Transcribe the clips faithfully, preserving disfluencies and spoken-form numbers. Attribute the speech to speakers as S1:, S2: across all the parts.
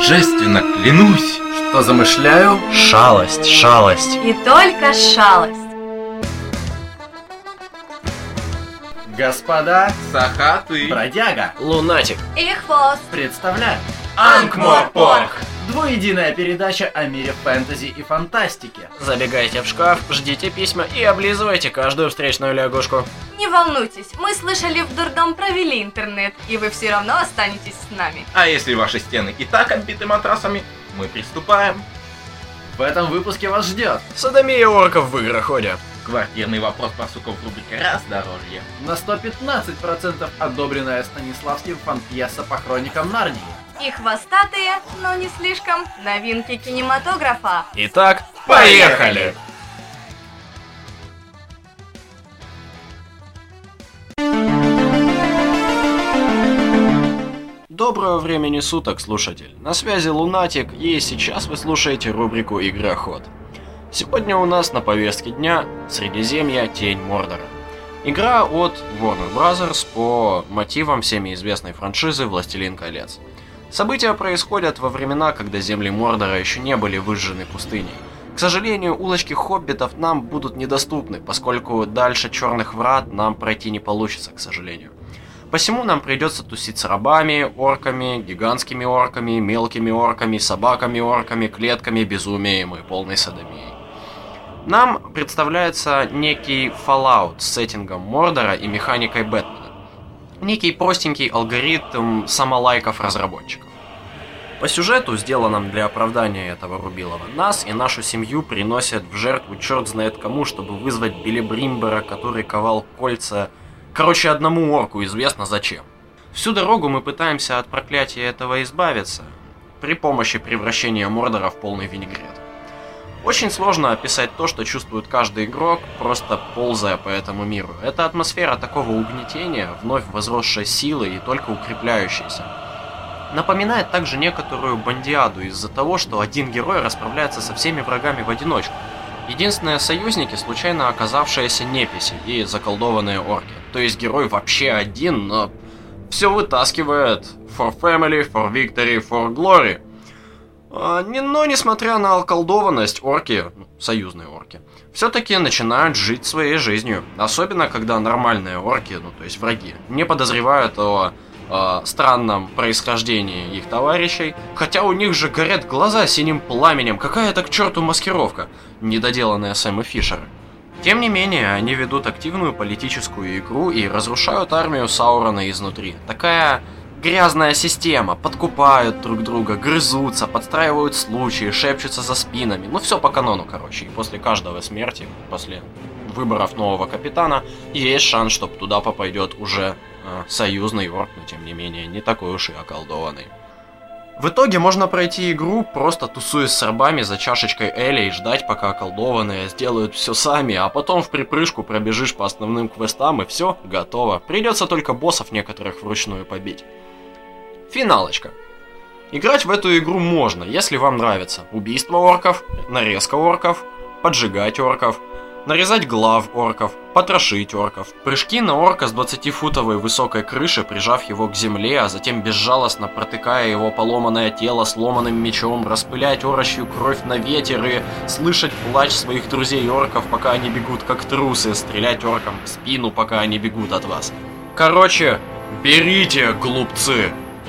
S1: торжественно клянусь,
S2: что замышляю
S3: шалость, шалость
S4: и только шалость.
S2: Господа,
S1: Сахаты,
S2: бродяга,
S3: лунатик
S4: И хвост.
S2: представляю
S4: Анкморпорк.
S2: Двуединая передача о мире фэнтези и фантастики.
S3: Забегайте в шкаф, ждите письма и облизывайте каждую встречную лягушку.
S4: Не волнуйтесь, мы слышали, в дурдом провели интернет, и вы все равно останетесь с нами.
S1: А если ваши стены и так оббиты матрасами, мы приступаем.
S2: В этом выпуске вас ждет
S3: Содомия орков в игроходе.
S1: Квартирный вопрос барсуков в рубрике «Раздорожье».
S2: на сто пятнадцать процентов одобренная Станиславским фан-пьеса по хроникам Нарнии.
S4: И хвостатые, но не слишком, новинки кинематографа.
S3: Итак, поехали! Доброго времени суток, слушатель. На связи Лунатик, и сейчас вы слушаете рубрику «Игроход». Сегодня у нас на повестке дня Средиземье, Тень Мордора. Игра от Warner Bros. По мотивам всеми известной франшизы «Властелин колец». События происходят во времена, когда земли Мордора еще не были выжжены пустыней. К сожалению, улочки хоббитов нам будут недоступны, поскольку дальше Черных Врат нам пройти не получится, к сожалению. Посему нам придется тусить с рабами, орками, гигантскими орками, мелкими орками, собаками-орками, клетками, безумием и полной содомией. Нам представляется некий Fallout с сеттингом Мордора и механикой Бэтмена. Некий простенький алгоритм самолайков разработчиков. По сюжету, сделанном для оправдания этого Рубилова, нас и нашу семью приносят в жертву черт знает кому, чтобы вызвать Белебримбера, который ковал кольца. Короче, одному орку известно зачем. Всю дорогу мы пытаемся от проклятия этого избавиться при помощи превращения Мордора в полный винегрет. Очень сложно описать то, что чувствует каждый игрок, просто ползая по этому миру. Это атмосфера такого угнетения, вновь возросшей силы и только укрепляющейся. Напоминает также некоторую бандиаду из-за того, что один герой расправляется со всеми врагами в одиночку. Единственные союзники — случайно оказавшиеся неписи и заколдованные орки. То есть герой вообще один, но все вытаскивает for family, for victory, for glory. А, не, но несмотря на околдованность, орки, союзные орки, все-таки начинают жить своей жизнью. Особенно, когда нормальные орки, ну то есть враги, не подозревают о, о странном происхождении их товарищей. Хотя у них же горят глаза синим пламенем. Какая это к черту маскировка, недоделанная Сэма Фишера. Тем не менее, они ведут активную политическую игру и разрушают армию Саурона изнутри. Такая грязная система, подкупают друг друга, грызутся, подстраивают случаи, шепчутся за спинами. Ну все по канону, короче. И после каждого смерти, после выборов нового капитана, есть шанс, что туда попадет уже э, союзный орк, но тем не менее не такой уж и околдованный. В итоге можно пройти игру, просто тусуясь с рабами за чашечкой эля и ждать, пока околдованные сделают все сами, а потом в припрыжку пробежишь по основным квестам и все, готово. Придется только боссов некоторых вручную побить. Финалочка. Играть в эту игру можно, если вам нравится убийство орков, нарезка орков, поджигать орков, нарезать глав орков, потрошить орков, прыжки на орка с двадцатифутовой высокой крыши, прижав его к земле, а затем безжалостно протыкая его поломанное тело сломанным мечом, распылять орочью кровь на ветер и слышать плач своих друзей орков, пока они бегут как трусы, стрелять оркам в спину, пока они бегут от вас. Короче, берите, глупцы!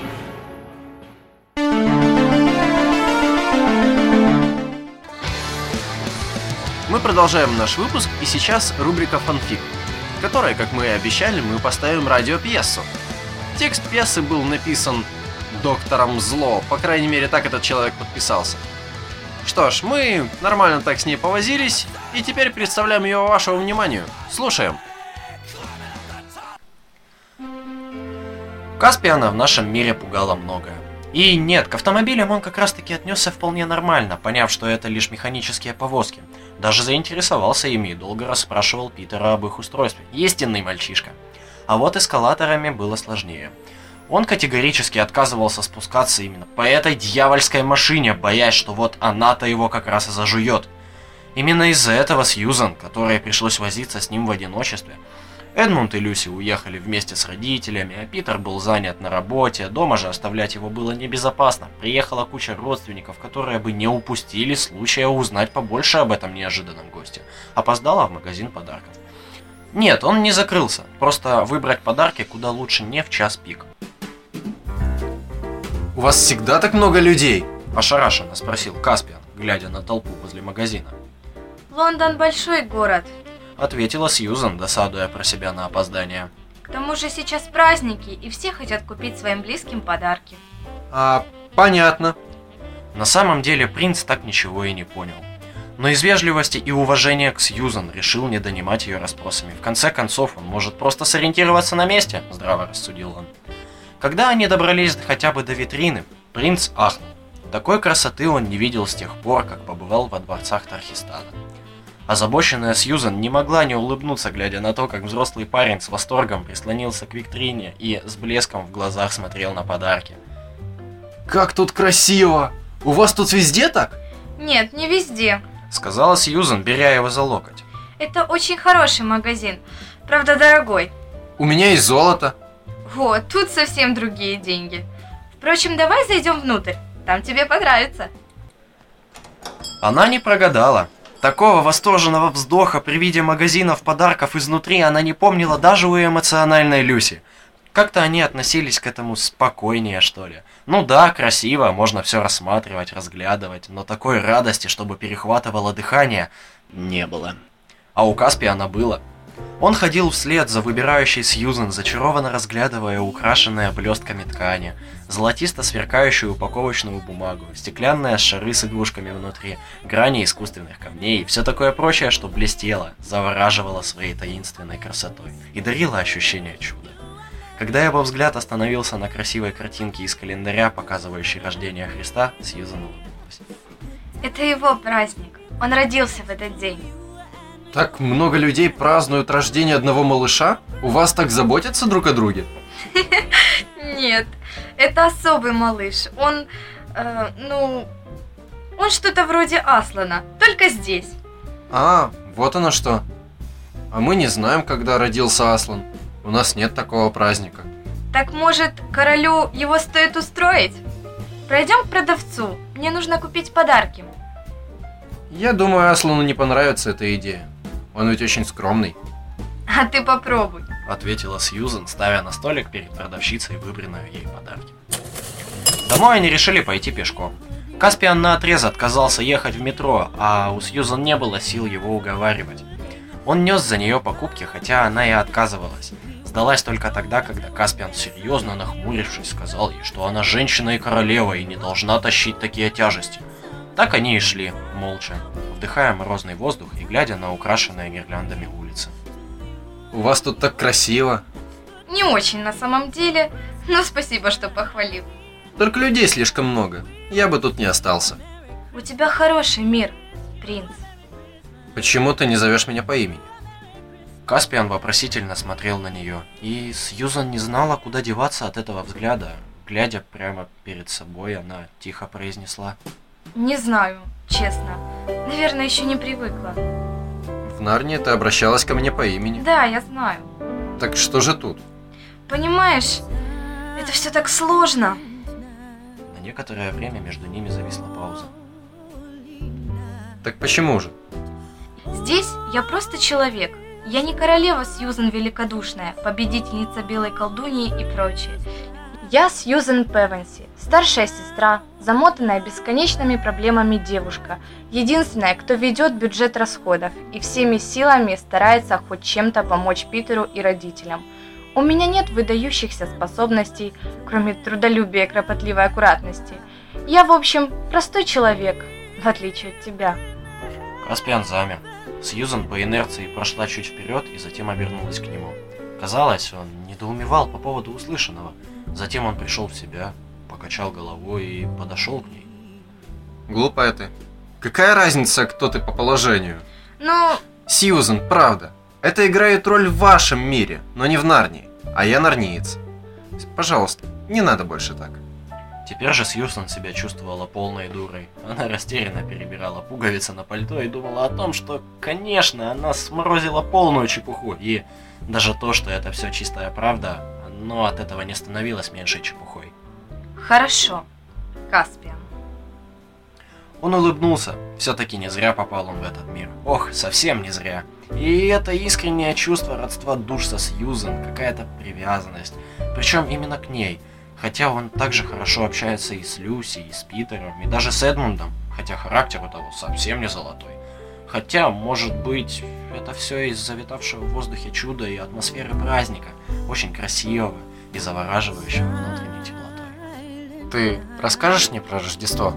S2: Мы продолжаем наш выпуск, и сейчас рубрика «Фанфик», в которой, как мы и обещали, мы поставим радиопьесу. Текст пьесы был написан доктором Зло, по крайней мере, так этот человек подписался. Что ж, мы нормально так с ней повозились, и теперь представляем ее вашему вниманию. Слушаем.
S3: Каспиана в нашем мире пугало многое. И нет, к автомобилям он как раз таки отнесся вполне нормально, поняв, что это лишь механические повозки. Даже заинтересовался ими и долго расспрашивал Питера об их устройстве. Истинный мальчишка. А вот эскалаторами было сложнее. Он категорически отказывался спускаться именно по этой дьявольской машине, боясь, что вот она-то его как раз и зажует. Именно из-за этого Сьюзан, которой пришлось возиться с ним в одиночестве, Эдмунд и Люси уехали вместе с родителями, а Питер был занят на работе, дома же оставлять его было небезопасно. Приехала куча родственников, которые бы не упустили случая узнать побольше об этом неожиданном госте. Опоздала в магазин подарков. Нет, он не закрылся, просто выбрать подарки куда лучше не в час пик.
S2: У вас всегда так много людей?
S3: Ошарашенно спросил Каспиан, глядя на толпу возле магазина.
S4: Лондон большой город.
S3: Ответила Сьюзан, досадуя про себя на опоздание.
S4: К тому же сейчас праздники, и все хотят купить своим близким подарки.
S2: А, понятно.
S3: На самом деле принц так ничего и не понял. Но из вежливости и уважения к Сьюзан решил не донимать ее расспросами. В конце концов, он может просто сориентироваться на месте, здраво рассудил он. Когда они добрались хотя бы до витрины, принц ахнул. Такой красоты он не видел с тех пор, как побывал во дворцах Тархистана. Озабоченная Сьюзан не могла не улыбнуться, глядя на то, как взрослый парень с восторгом прислонился к витрине и с блеском в глазах смотрел на подарки.
S2: Как тут красиво! У вас тут везде так?
S4: Нет, не везде.
S3: Сказала Сьюзан, беря его за локоть.
S4: Это очень хороший магазин, правда дорогой.
S2: У меня есть золото.
S4: Вот, тут совсем другие деньги. Впрочем, давай зайдем внутрь, там тебе понравится.
S3: Она не прогадала. Такого восторженного вздоха при виде магазинов подарков изнутри она не помнила даже у эмоциональной Люси. Как-то они относились к этому спокойнее, что ли. Ну да, красиво, можно все рассматривать, разглядывать, но такой радости, чтобы перехватывало дыхание, не было. А у Каспиана было. Он ходил вслед за выбирающей Сьюзан, зачарованно разглядывая украшенные блестками ткани, золотисто сверкающую упаковочную бумагу, стеклянные шары с игрушками внутри, грани искусственных камней и все такое прочее, что блестело, завораживало своей таинственной красотой и дарило ощущение чуда. Когда его взгляд остановился на красивой картинке из календаря, показывающей рождение Христа, Сьюзан улыбнулась.
S4: Это его праздник, он родился в этот день.
S2: Так много людей празднуют рождение одного малыша? У вас так заботятся друг о друге?
S4: Нет, это особый малыш. Он, э, ну, он что-то вроде Аслана, только здесь.
S2: А, вот оно что. А мы не знаем, когда родился Аслан. У нас нет такого праздника.
S4: Так может, королю его стоит устроить? Пройдем к продавцу, мне нужно купить подарки.
S2: Я думаю, Аслану не понравится эта идея. Он ведь очень скромный.
S4: А ты попробуй.
S3: Ответила Сьюзан, ставя на столик перед продавщицей выбранную ей подарки. Домой они решили пойти пешком. Каспиан наотрез отказался ехать в метро, а у Сьюзан не было сил его уговаривать. Он нес за нее покупки, хотя она и отказывалась. Сдалась только тогда, когда Каспиан, серьезно нахмурившись, сказал ей, что она женщина и королева и не должна тащить такие тяжести. Так они и шли, молча, вдыхая морозный воздух и глядя на украшенные гирляндами улицы.
S2: У вас тут так красиво.
S4: Не очень на самом деле, но спасибо, что похвалил.
S2: Только людей слишком много. Я бы тут не остался.
S4: У тебя хороший мир, принц.
S2: Почему ты не зовешь меня по имени?
S3: Каспиан вопросительно смотрел на нее, и Сьюзан не знала, куда деваться от этого взгляда. Глядя прямо перед собой, она тихо произнесла:
S4: Не знаю, честно. Наверное, еще не привыкла.
S2: В Нарнии ты обращалась ко мне по имени.
S4: Да, я знаю.
S2: Так что же тут?
S4: Понимаешь, это все так сложно.
S3: На некоторое время между ними зависла пауза.
S2: Так почему же?
S4: Здесь я просто человек. Я не королева Сьюзан Великодушная, победительница белой колдуньи и прочее. Я Сьюзан Певенси, старшая сестра, замотанная бесконечными проблемами девушка, единственная, кто ведет бюджет расходов и всеми силами старается хоть чем-то помочь Питеру и родителям. У меня нет выдающихся способностей, кроме трудолюбия и кропотливой аккуратности. Я, в общем, простой человек, в отличие от тебя.
S3: Каспиан замер. Сьюзан по инерции прошла чуть вперед и затем обернулась к нему. Казалось, он недоумевал по поводу услышанного. Затем он пришел в себя, покачал головой и подошел к ней.
S2: Глупая ты. Какая разница, кто ты по положению?
S4: Ну...
S2: Сьюзан, правда. Это играет роль в вашем мире, но не в Нарнии. А я нарниец. Пожалуйста, не надо больше так.
S3: Теперь же Сьюзен себя чувствовала полной дурой. Она растерянно перебирала пуговицы на пальто и думала о том, что, конечно, она сморозила полную чепуху. И даже то, что это все чистая правда, но от этого не становилось меньшей чепухой.
S4: Хорошо, Каспиан.
S3: Он улыбнулся. Все-таки не зря попал он в этот мир. Ох, совсем не зря. И это искреннее чувство родства душ со Сьюзен, какая-то привязанность. Причем именно к ней. Хотя он также хорошо общается и с Люси, и с Питером, и даже с Эдмундом. Хотя характер у того совсем не золотой. Хотя, может быть, это все из-за витавшего в воздухе чуда и атмосферы праздника. Очень красивого и завораживающего внутренней теплотой.
S2: Ты расскажешь мне про Рождество?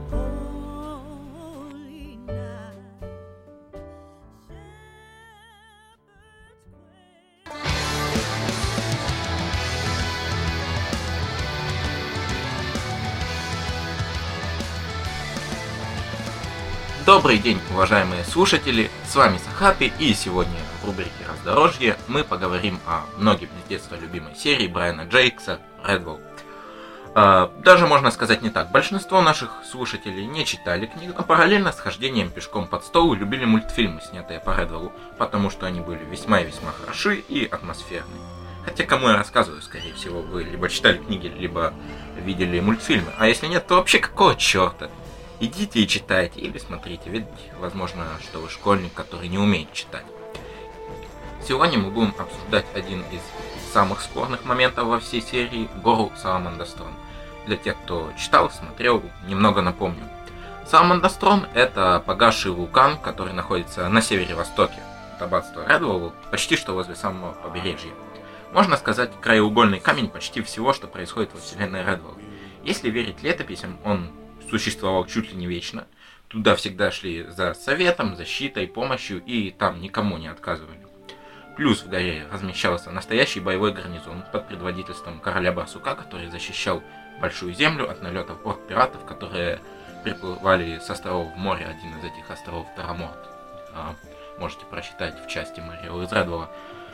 S1: Добрый день, уважаемые слушатели, с вами Сахапи, и сегодня в рубрике «Раздорожье» мы поговорим о многим с детства любимой серии Брайана Джейкса «Редволл». Даже можно сказать не так, большинство наших слушателей не читали книгу, но параллельно с хождением пешком под стол любили мультфильмы, снятые по Редволлу, потому что они были весьма и весьма хороши и атмосферные. Хотя кому я рассказываю, скорее всего, вы либо читали книги, либо видели мультфильмы, а если нет, то вообще какого черта? Идите и читайте, или смотрите, ведь возможно, что вы школьник, который не умеет читать. Сегодня мы будем обсуждать один из самых спорных моментов во всей серии – гору Саламандастрон. Для тех, кто читал, смотрел, немного напомню. Саламандастрон – это погасший вулкан, который находится на севере-востоке от аббатства Редволл, почти что возле самого побережья. Можно сказать, краеугольный камень почти всего, что происходит во вселенной Редволл. Если верить летописям, он существовал чуть ли не вечно. Туда всегда шли за советом, защитой, помощью, и там никому не отказывали. Плюс в горе размещался настоящий боевой гарнизон под предводительством короля Барсука, который защищал Большую Землю от налетов орд пиратов, которые приплывали с островов в море. Один из этих островов Тараморт. Можете прочитать в части Мэриэл из Редволла.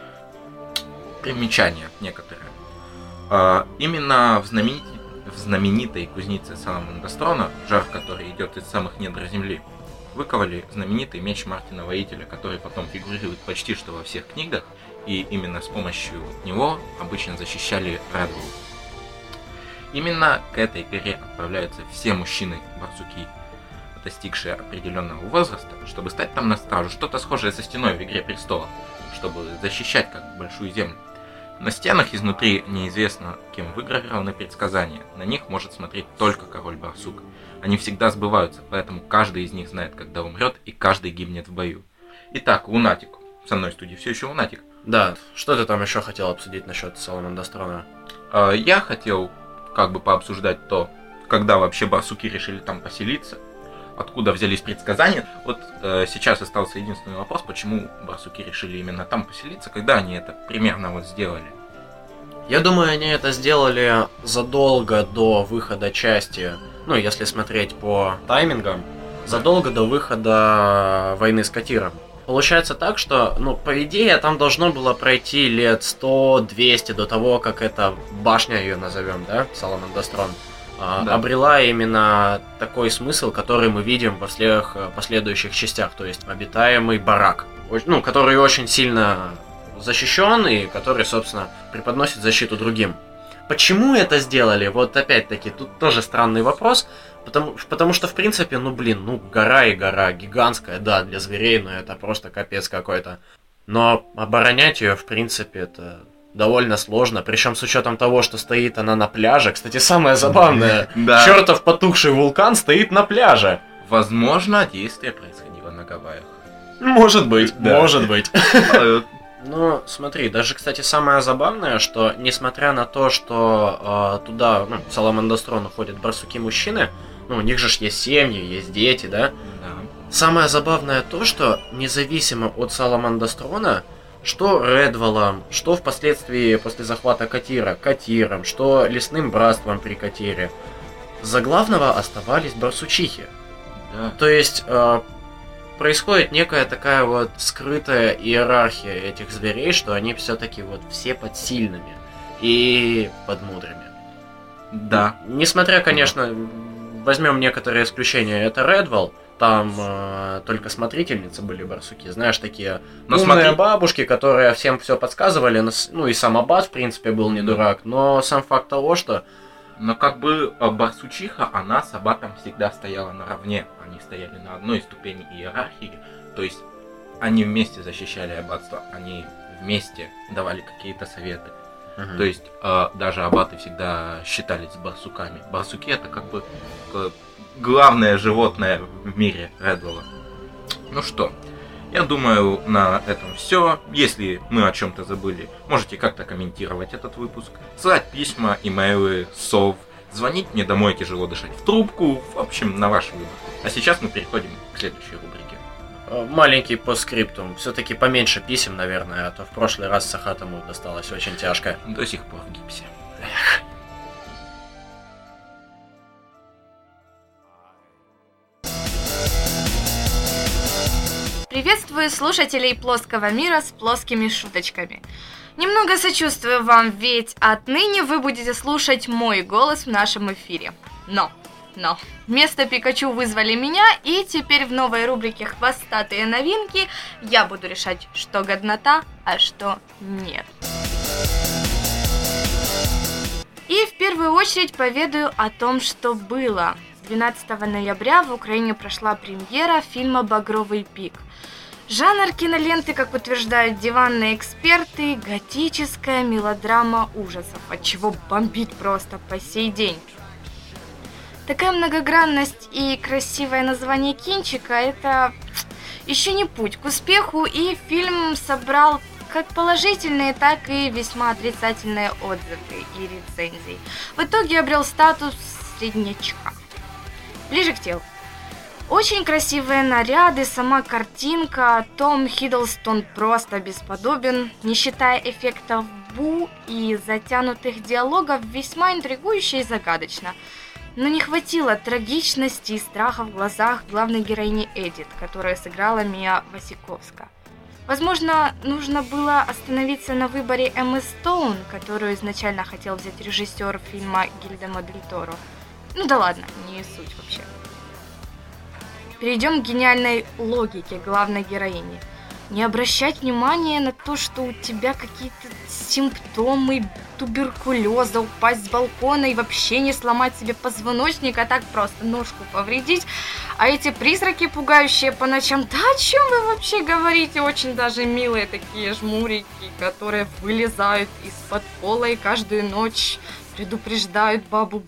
S1: Примечания некоторые. Именно в знаменитой В знаменитой кузнице Саламандастрона, жар который идет из самых недр земли, выковали знаменитый меч Мартина Воителя, который потом фигурирует почти что во всех книгах, и именно с помощью него обычно защищали Редволл. Именно к этой горе отправляются все мужчины-барсуки, достигшие определенного возраста, чтобы стать там на стражу, что-то схожее со стеной в «Игре престолов», чтобы защищать как Большую Землю. На стенах изнутри неизвестно, кем выгравированы предсказания. На них может смотреть только король Барсук. Они всегда сбываются, поэтому каждый из них знает, когда умрет, и каждый гибнет в бою. Итак, Лунатик. Со мной в студии все еще Лунатик.
S3: Да, что ты там еще хотел обсудить насчет Саламандастрона?
S1: Я хотел как бы пообсуждать то, когда вообще барсуки решили там поселиться, откуда взялись предсказания. Вот э, сейчас остался единственный вопрос, почему барсуки решили именно там поселиться, когда они это примерно вот сделали.
S3: Я думаю, они это сделали задолго до выхода части, ну, если смотреть по таймингам, задолго до выхода войны с Катиром. Получается так, что, ну, по идее, там должно было пройти лет сто-двести до того, как эта башня, ее назовем, да, Саламандастрон, да, обрела именно такой смысл, который мы видим во всех последующих частях, то есть обитаемый барак, ну, который очень сильно защищен и который, собственно, преподносит защиту другим. Почему это сделали? Вот опять-таки, тут тоже странный вопрос, потому, потому что, в принципе, ну, блин, ну, гора и гора, гигантская, да, для зверей, но это просто капец какой-то. Но оборонять ее, в принципе, это довольно сложно, причем с учетом того, что стоит она на пляже. Кстати, самое забавное,
S1: да.
S3: Чертов потухший вулкан стоит на пляже.
S1: Возможно, действие происходило на Гавайях.
S3: Может быть,
S1: да.
S3: может быть. Ну, смотри, даже, кстати, самое забавное, что, несмотря на то, что э, туда, ну, в Саламандастрон уходят барсуки-мужчины, ну, у них же есть семьи, есть дети, да?
S1: Да.
S3: Самое забавное то, что, независимо от Саламандастрона, что Редволлом, что впоследствии после захвата Катира, Катиром, что Лесным Братством при Катире, за главного оставались барсучихи.
S1: Да.
S3: То есть... Э, происходит некая такая вот скрытая иерархия этих зверей, что они все-таки вот все под сильными и под мудрыми.
S1: Да.
S3: Несмотря, конечно, возьмем некоторые исключения, это Редвелл, там э, только смотрительницы были барсуки, знаешь, такие
S1: но
S3: умные
S1: смотри...
S3: бабушки, которые всем все подсказывали, ну и сам Аббат, в принципе, был не дурак, но сам факт того, что...
S1: Но как бы барсучиха, она с Аббатом всегда стояла наравне, они стояли на одной ступени иерархии, то есть они вместе защищали аббатство, они вместе давали какие-то советы. Uh-huh. То есть э, даже аббаты всегда считались барсуками. Барсуки это как бы э, главное животное в мире Редвелла. Ну что, я думаю, на этом все. Если мы о чем-то забыли, можете как-то комментировать этот выпуск, слать письма, имейлы, сов, звонить мне домой, тяжело дышать в трубку. В общем, на ваш выбор. А сейчас мы переходим к следующей рубрике.
S3: Маленький постскриптум. Все-таки поменьше писем, наверное, а то в прошлый раз Сахатому досталось очень тяжко.
S1: До сих пор в гипсе.
S4: Приветствую слушателей плоского мира с плоскими шуточками. Немного сочувствую вам, ведь отныне вы будете слушать мой голос в нашем эфире. Но... Но вместо Пикачу вызвали меня, и теперь в новой рубрике «Хвостатые новинки» я буду решать, что годнота, а что нет. И в первую очередь поведаю о том, что было. двенадцатого ноября в Украине прошла премьера фильма «Багровый пик». Жанр киноленты, как утверждают диванные эксперты, готическая мелодрама ужасов, от чего бомбит просто по сей день. Такая многогранность и красивое название кинчика – это еще не путь к успеху, и фильм собрал как положительные, так и весьма отрицательные отзывы и рецензии. В итоге обрел статус среднячка. Ближе к телу. Очень красивые наряды, сама картинка, Том Хиддлстон просто бесподобен, не считая эффектов Бу и затянутых диалогов, весьма интригующе и загадочно. Но не хватило трагичности и страха в глазах главной героини Эдит, которая сыграла Мия Васиковска. Возможно, нужно было остановиться на выборе Эммы Стоун, которую изначально хотел взять режиссер фильма Гильермо дель Торо. Ну да ладно, не суть вообще. Перейдем к гениальной логике главной героини. Не обращать внимания на то, что у тебя какие-то симптомы туберкулеза, упасть с балкона и вообще не сломать себе позвоночник, а так просто ножку повредить. А эти призраки, пугающие по ночам, да о чем вы вообще говорите? Очень даже милые такие жмурики, которые вылезают из-под пола и каждую ночь предупреждают бабу.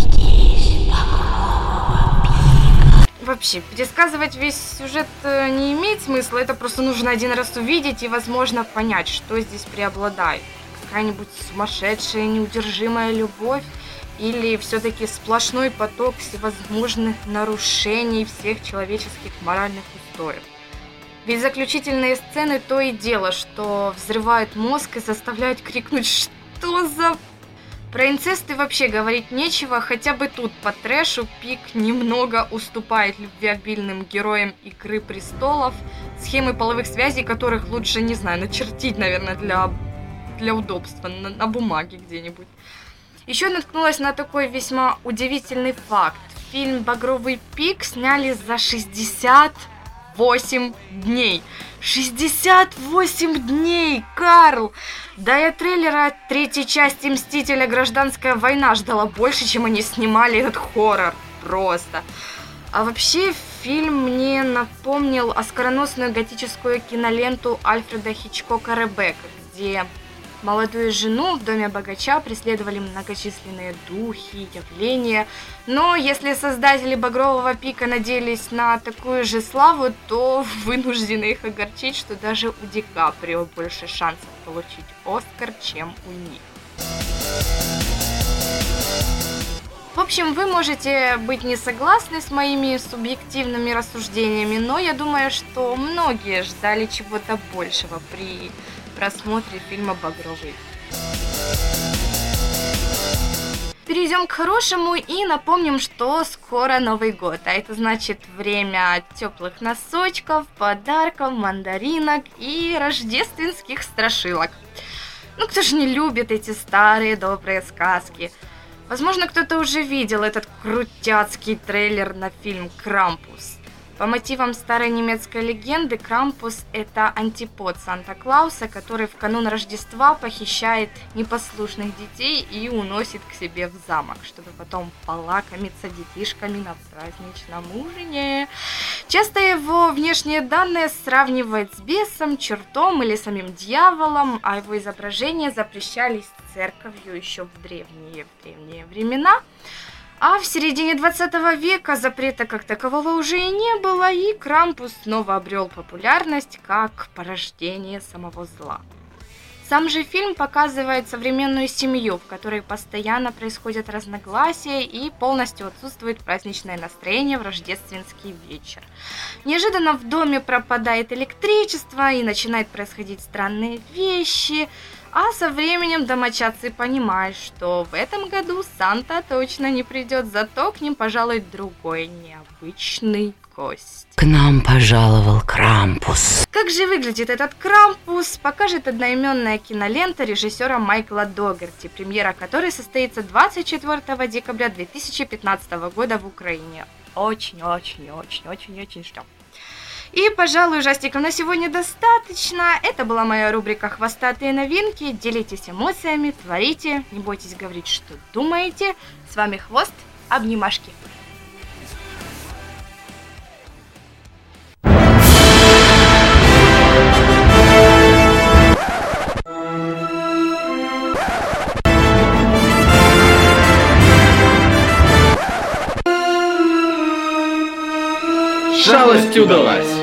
S4: Вообще, пересказывать весь сюжет не имеет смысла, это просто нужно один раз увидеть и, возможно, понять, что здесь преобладает. Какая-нибудь сумасшедшая, неудержимая любовь или все-таки сплошной поток всевозможных нарушений всех человеческих моральных устоев. Ведь заключительные сцены то и дело, что взрывают мозг и заставляют крикнуть «Что за...» Про инцест и вообще говорить нечего, хотя бы тут по трэшу Пик немного уступает любвеобильным героям «Игры престолов», схемы половых связей которых лучше, не знаю, начертить, наверное, для, для удобства, на, на бумаге где-нибудь. Еще наткнулась на такой весьма удивительный факт. Фильм «Багровый пик» сняли за шестьдесят восемь дней. шестьдесят восемь дней, Карл! Да я трейлера третьей части «Мстителя. Гражданская война» ждала больше, чем они снимали этот хоррор. Просто. А вообще, фильм мне напомнил оскароносную готическую киноленту Альфреда Хичкока «Ребекка», где молодую жену в доме богача преследовали многочисленные духи, явления. Но если создатели «Багрового пика» надеялись на такую же славу, то вынуждены их огорчить, что даже у Ди Каприо больше шансов получить Оскар, чем у них. В общем, вы можете быть не согласны с моими субъективными рассуждениями, но я думаю, что многие ждали чего-то большего при просмотре фильма «Багровый». Перейдем к хорошему и напомним, что скоро Новый год, а это значит время теплых носочков, подарков, мандаринок и рождественских страшилок. Ну кто же не любит эти старые добрые сказки? Возможно, кто-то уже видел этот крутяцкий трейлер на фильм «Крампус». По мотивам старой немецкой легенды, Крампус – это антипод Санта-Клауса, который в канун Рождества похищает непослушных детей и уносит к себе в замок, чтобы потом полакомиться детишками на праздничном ужине. Часто его внешние данные сравнивают с бесом, чертом или самим дьяволом, а его изображения запрещались церковью еще в древние, древние времена. А в середине двадцатого века запрета как такового уже и не было, и Крампус снова обрел популярность как порождение самого зла. Сам же фильм показывает современную семью, в которой постоянно происходят разногласия и полностью отсутствует праздничное настроение в рождественский вечер. Неожиданно в доме пропадает электричество и начинают происходить странные вещи. А со временем домочадцы понимают, что в этом году Санта точно не придет, зато к ним пожалует другой необычный гость.
S5: К нам пожаловал Крампус.
S4: Как же выглядит этот Крампус, покажет одноименная кинолента режиссера Майкла Догерти, премьера которой состоится двадцать четвёртого декабря две тысячи пятнадцатого года в Украине. Очень-очень-очень-очень-очень ждем. И, пожалуй, ужастиков на сегодня достаточно. Это была моя рубрика «Хвостатые новинки». Делитесь эмоциями, творите, не бойтесь говорить, что думаете. С вами Хвост, обнимашки.
S3: Шалость удалась!